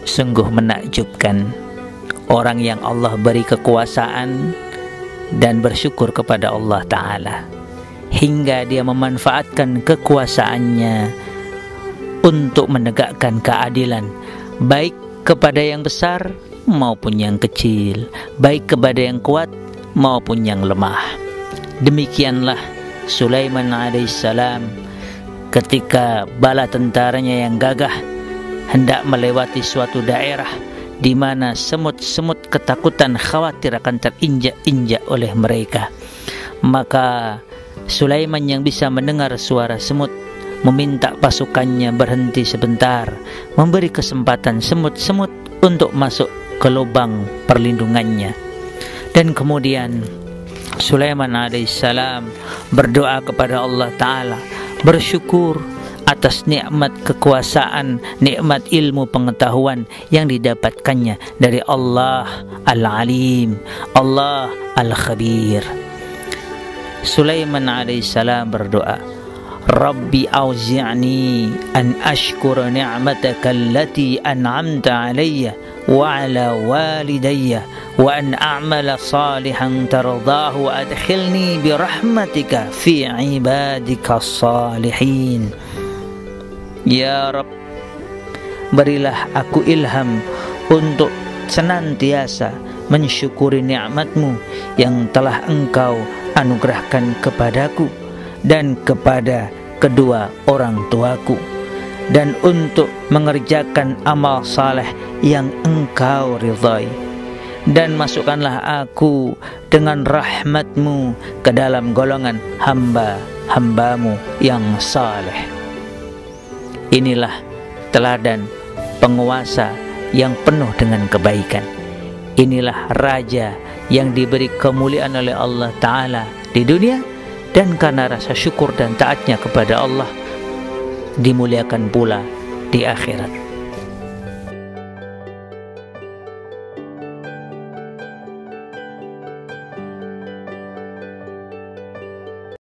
Sungguh menakjubkan orang yang Allah beri kekuasaan dan bersyukur kepada Allah Ta'ala, hingga dia memanfaatkan kekuasaannya untuk menegakkan keadilan, baik kepada yang besar maupun yang kecil, baik kepada yang kuat maupun yang lemah. Demikianlah Sulaiman alaihissalam ketika bala tentaranya yang gagah hendak melewati suatu daerah di mana semut-semut ketakutan khawatir akan terinjak-injak oleh mereka. Maka Sulaiman yang bisa mendengar suara semut meminta pasukannya berhenti sebentar, memberi kesempatan semut-semut untuk masuk ke lubang perlindungannya. Dan kemudian Sulaiman alaihissalam berdoa kepada Allah Ta'ala, bersyukur atas nikmat kekuasaan, nikmat ilmu pengetahuan yang didapatkannya dari Allah Al-Alim, Allah Al-Khabir. Sulaiman alaihissalam berdoa, Rabbi auzi'ni an ashkura ni'mataka allati an'amta alayya wa ala walidayya wa an a'mala salihan tardahu wa adkhilni birahmatika fi ibadika salihin. Ya Rabb, berilah aku ilham untuk senantiasa mensyukuri nikmat-Mu yang telah Engkau anugerahkan kepadaku dan kepada kedua orang tuaku, dan untuk mengerjakan amal saleh yang Engkau ridhai, dan masukkanlah aku dengan rahmat-Mu ke dalam golongan hamba-hamba-Mu yang saleh. Inilah teladan penguasa yang penuh dengan kebaikan. Inilah raja yang diberi kemuliaan oleh Allah Ta'ala di dunia, dan karena rasa syukur dan taatnya kepada Allah dimuliakan pula di akhirat.